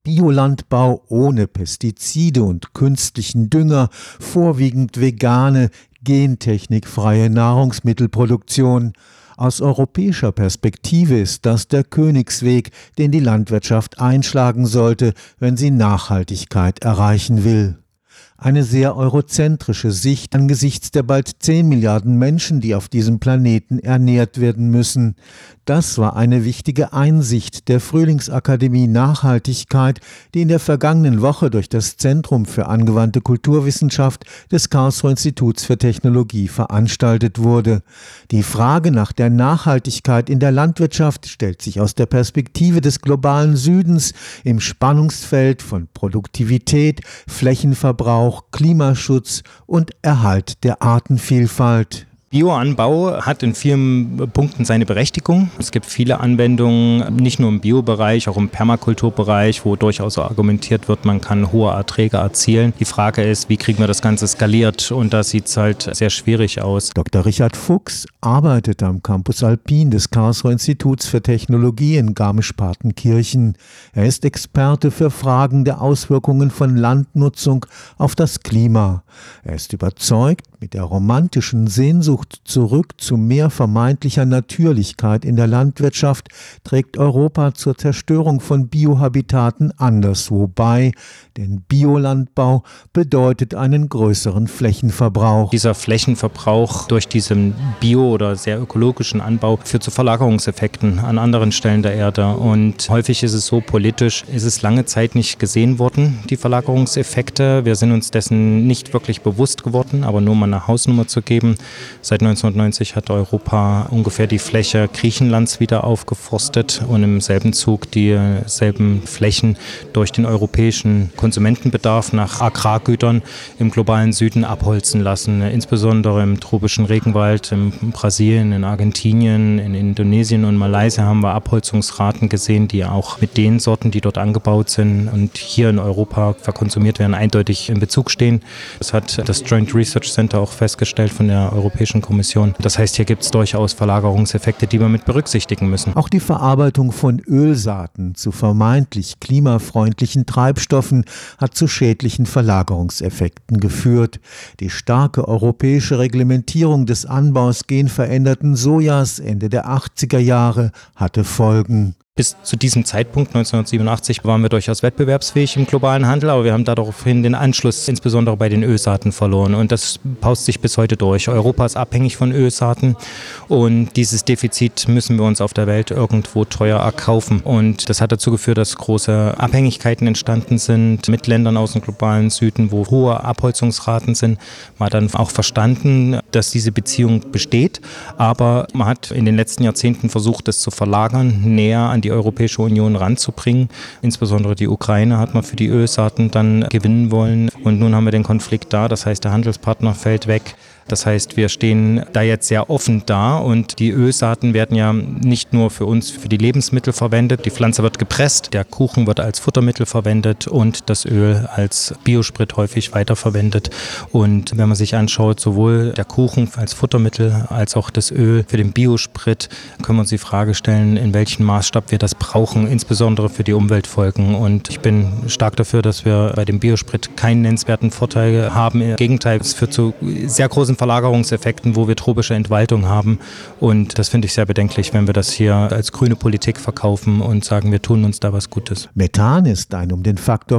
Biolandbau ohne Pestizide und künstlichen Dünger, vorwiegend vegane, gentechnikfreie Nahrungsmittelproduktion. Aus europäischer Perspektive ist das der Königsweg, den die Landwirtschaft einschlagen sollte, wenn sie Nachhaltigkeit erreichen will. Eine sehr eurozentrische Sicht angesichts der bald 10 Milliarden Menschen, die auf diesem Planeten ernährt werden müssen. Das war eine wichtige Einsicht der Frühlingsakademie Nachhaltigkeit, die in der vergangenen Woche durch das Zentrum für angewandte Kulturwissenschaft des Karlsruher Instituts für Technologie veranstaltet wurde. Die Frage nach der Nachhaltigkeit in der Landwirtschaft stellt sich aus der Perspektive des globalen Südens im Spannungsfeld von Produktivität, Flächenverbrauch, Klimaschutz und Erhalt der Artenvielfalt. Bioanbau hat in vielen Punkten seine Berechtigung. Es gibt viele Anwendungen, nicht nur im Biobereich, auch im Permakulturbereich, wo durchaus argumentiert wird, man kann hohe Erträge erzielen. Die Frage ist, wie kriegen wir das Ganze skaliert? Und da sieht es halt sehr schwierig aus. Dr. Richard Fuchs arbeitet am Campus Alpin des Karlsruher Instituts für Technologie in Garmisch-Partenkirchen. Er ist Experte für Fragen der Auswirkungen von Landnutzung auf das Klima. Er ist überzeugt, mit der romantischen Sehnsucht zurück zu mehr vermeintlicher Natürlichkeit in der Landwirtschaft trägt Europa zur Zerstörung von Biohabitaten anderswo bei, denn Biolandbau bedeutet einen größeren Flächenverbrauch. Dieser Flächenverbrauch durch diesen bio- oder sehr ökologischen Anbau führt zu Verlagerungseffekten an anderen Stellen der Erde und häufig ist es so, politisch ist es lange Zeit nicht gesehen worden, die Verlagerungseffekte. Wir sind uns dessen nicht wirklich bewusst geworden, aber nur mal eine Hausnummer zu geben. Seit 1990 hat Europa ungefähr die Fläche Griechenlands wieder aufgeforstet und im selben Zug dieselben Flächen durch den europäischen Konsumentenbedarf nach Agrargütern im globalen Süden abholzen lassen. Insbesondere im tropischen Regenwald, in Brasilien, in Argentinien, in Indonesien und Malaysia haben wir Abholzungsraten gesehen, die auch mit den Sorten, die dort angebaut sind und hier in Europa verkonsumiert werden, eindeutig in Bezug stehen. Das hat das Joint Research Center auch festgestellt von der Europäischen Kommission. Das heißt, hier gibt es durchaus Verlagerungseffekte, die wir mit berücksichtigen müssen. Auch die Verarbeitung von Ölsaaten zu vermeintlich klimafreundlichen Treibstoffen hat zu schädlichen Verlagerungseffekten geführt. Die starke europäische Reglementierung des Anbaus genveränderten Sojas Ende der 80er Jahre hatte Folgen. Bis zu diesem Zeitpunkt, 1987, waren wir durchaus wettbewerbsfähig im globalen Handel, aber wir haben daraufhin den Anschluss insbesondere bei den Ölsaaten verloren und das paust sich bis heute durch. Europa ist abhängig von Ölsaaten und dieses Defizit müssen wir uns auf der Welt irgendwo teuer erkaufen und das hat dazu geführt, dass große Abhängigkeiten entstanden sind mit Ländern aus dem globalen Süden, wo hohe Abholzungsraten sind. Man hat dann auch verstanden, dass diese Beziehung besteht, aber man hat in den letzten Jahrzehnten versucht, das zu verlagern, näher an die Europäische Union ranzubringen. Insbesondere die Ukraine hat man für die Ölsaaten dann gewinnen wollen. Und nun haben wir den Konflikt da, das heißt, der Handelspartner fällt weg. Das heißt, wir stehen da jetzt sehr offen da und die Ölsaaten werden ja nicht nur für uns für die Lebensmittel verwendet. Die Pflanze wird gepresst, der Kuchen wird als Futtermittel verwendet und das Öl als Biosprit häufig weiterverwendet. Und wenn man sich anschaut, sowohl der Kuchen als Futtermittel als auch das Öl für den Biosprit, können wir uns die Frage stellen, in welchem Maßstab wir das brauchen, insbesondere für die Umweltfolgen. Und ich bin stark dafür, dass wir bei dem Biosprit keinen nennenswerten Vorteil haben. Im Gegenteil, es führt zu sehr großen Verlagerungseffekten, wo wir tropische Entwaldung haben. Und das finde ich sehr bedenklich, wenn wir das hier als grüne Politik verkaufen und sagen, wir tun uns da was Gutes. Methan ist ein um den Faktor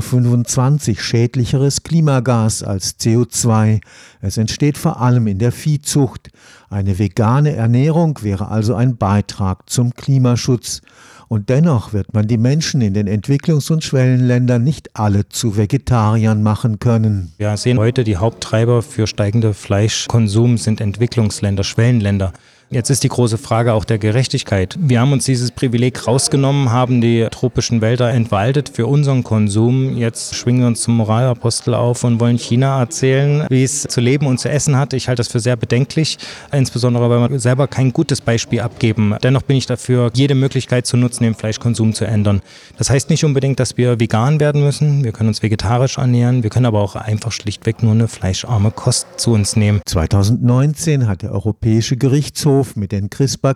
25 schädlicheres Klimagas als CO2. Es entsteht vor allem in der Viehzucht. Eine vegane Ernährung wäre also ein Beitrag zum Klimaschutz. Und dennoch wird man die Menschen in den Entwicklungs- und Schwellenländern nicht alle zu Vegetariern machen können. Wir sehen heute, die Haupttreiber für steigende Fleischkonsum sind Entwicklungsländer, Schwellenländer. Jetzt ist die große Frage auch der Gerechtigkeit. Wir haben uns dieses Privileg rausgenommen, haben die tropischen Wälder entwaldet für unseren Konsum. Jetzt schwingen wir uns zum Moralapostel auf und wollen China erzählen, wie es zu leben und zu essen hat. Ich halte das für sehr bedenklich, insbesondere weil wir selber kein gutes Beispiel abgeben. Dennoch bin ich dafür, jede Möglichkeit zu nutzen, den Fleischkonsum zu ändern. Das heißt nicht unbedingt, dass wir vegan werden müssen. Wir können uns vegetarisch ernähren. Wir können aber auch einfach schlichtweg nur eine fleischarme Kost zu uns nehmen. 2019 hat der Europäische Gerichtshof Entwurf mit den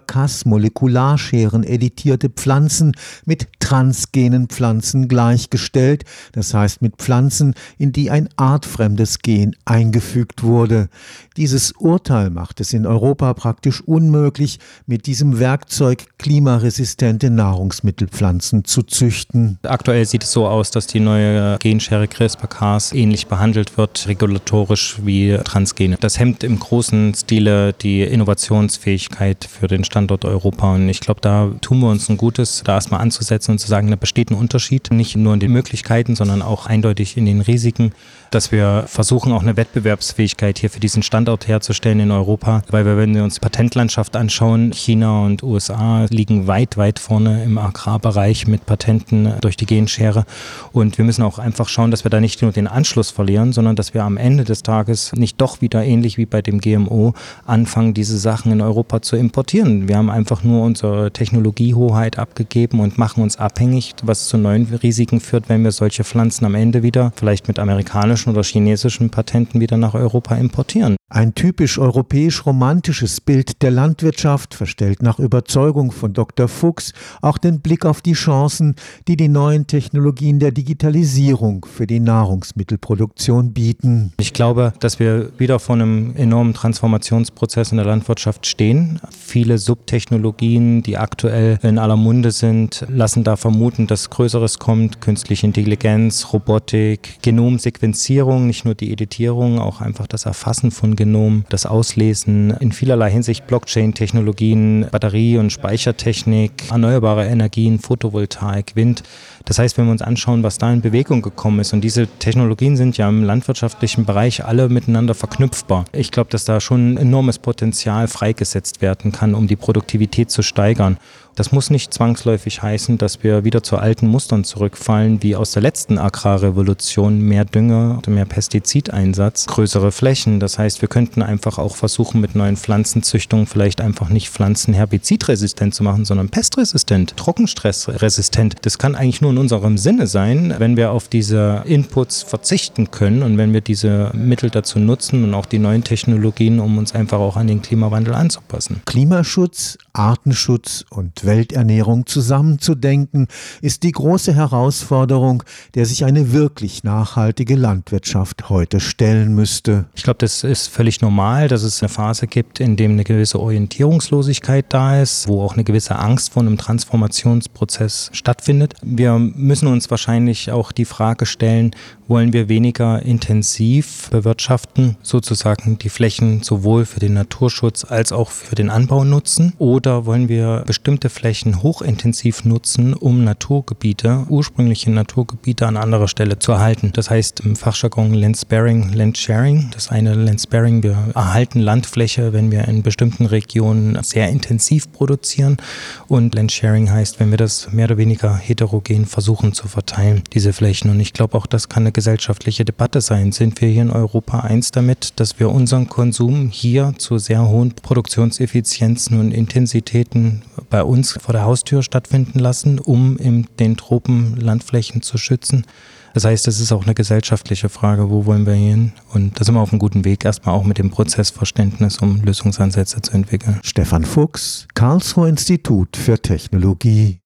CRISPR-Cas-Molekularscheren editierte Pflanzen mit transgenen Pflanzen gleichgestellt, das heißt mit Pflanzen, in die ein artfremdes Gen eingefügt wurde. Dieses Urteil macht es in Europa praktisch unmöglich, mit diesem Werkzeug klimaresistente Nahrungsmittelpflanzen zu züchten. Aktuell sieht es so aus, dass die neue Genschere CRISPR-Cas ähnlich behandelt wird, regulatorisch wie Transgene. Das hemmt im großen Stile die Innovationsfähigkeit für den Standort Europa. Und ich glaube, da tun wir uns ein Gutes, da erstmal anzusetzen und zu sagen, da besteht ein Unterschied, nicht nur in den Möglichkeiten, sondern auch eindeutig in den Risiken, dass wir versuchen, auch eine Wettbewerbsfähigkeit hier für diesen Standort herzustellen in Europa. Weil wenn wir uns die Patentlandschaft anschauen, China und USA liegen weit, weit vorne im Agrarbereich mit Patenten durch die Genschere. Und wir müssen auch einfach schauen, dass wir da nicht nur den Anschluss verlieren, sondern dass wir am Ende des Tages nicht doch wieder ähnlich wie bei dem GMO anfangen, diese Sachen in Europa zu importieren. Wir haben einfach nur unsere Technologiehoheit abgegeben und machen uns abhängig, was zu neuen Risiken führt, wenn wir solche Pflanzen am Ende wieder, vielleicht mit amerikanischen oder chinesischen Patenten, wieder nach Europa importieren. Ein typisch europäisch-romantisches Bild der Landwirtschaft verstellt nach Überzeugung von Dr. Fuchs auch den Blick auf die Chancen, die die neuen Technologien der Digitalisierung für die Nahrungsmittelproduktion bieten. Ich glaube, dass wir wieder vor einem enormen Transformationsprozess in der Landwirtschaft stehen. Viele Subtechnologien, die aktuell in aller Munde sind, lassen da vermuten, dass Größeres kommt. Künstliche Intelligenz, Robotik, Genomsequenzierung, nicht nur die Editierung, auch einfach das Erfassen von Genom, das Auslesen, in vielerlei Hinsicht Blockchain-Technologien, Batterie- und Speichertechnik, erneuerbare Energien, Photovoltaik, Wind. Das heißt, wenn wir uns anschauen, was da in Bewegung gekommen ist, und diese Technologien sind ja im landwirtschaftlichen Bereich alle miteinander verknüpfbar. Ich glaube, dass da schon enormes Potenzial freigesetzt werden kann, um die Produktivität zu steigern. Das muss nicht zwangsläufig heißen, dass wir wieder zu alten Mustern zurückfallen, wie aus der letzten Agrarrevolution, mehr Dünger, mehr Pestizideinsatz, größere Flächen. Das heißt, wir könnten einfach auch versuchen, mit neuen Pflanzenzüchtungen vielleicht einfach nicht Pflanzen herbizidresistent zu machen, sondern pestresistent, trockenstressresistent. Das kann eigentlich nur in unserem Sinne sein, wenn wir auf diese Inputs verzichten können und wenn wir diese Mittel dazu nutzen und auch die neuen Technologien, um uns einfach auch an den Klimawandel anzupassen. Klimaschutz, Artenschutz und Welternährung zusammenzudenken, ist die große Herausforderung, der sich eine wirklich nachhaltige Landwirtschaft heute stellen müsste. Ich glaube, das ist völlig normal, dass es eine Phase gibt, in der eine gewisse Orientierungslosigkeit da ist, wo auch eine gewisse Angst vor einem Transformationsprozess stattfindet. Wir müssen uns wahrscheinlich auch die Frage stellen, wollen wir weniger intensiv bewirtschaften, sozusagen die Flächen sowohl für den Naturschutz als auch für den Anbau nutzen, oder wollen wir bestimmte Flächen hochintensiv nutzen, um Naturgebiete, ursprüngliche Naturgebiete an anderer Stelle zu erhalten. Das heißt im Fachjargon Landsparing, Landsharing. Das eine Landsparing, wir erhalten Landfläche, wenn wir in bestimmten Regionen sehr intensiv produzieren, und Landsharing heißt, wenn wir das mehr oder weniger heterogen versuchen zu verteilen, diese Flächen. Und ich glaube, auch das kann eine gesellschaftliche Debatte sein. Sind wir hier in Europa eins damit, dass wir unseren Konsum hier zu sehr hohen Produktionseffizienzen und Intensitäten bei uns vor der Haustür stattfinden lassen, um in den Tropen Landflächen zu schützen? Das heißt, es ist auch eine gesellschaftliche Frage, wo wollen wir hin? Und da sind wir auf einem guten Weg, erstmal auch mit dem Prozessverständnis, um Lösungsansätze zu entwickeln. Stefan Fuchs, Karlsruher Institut für Technologie.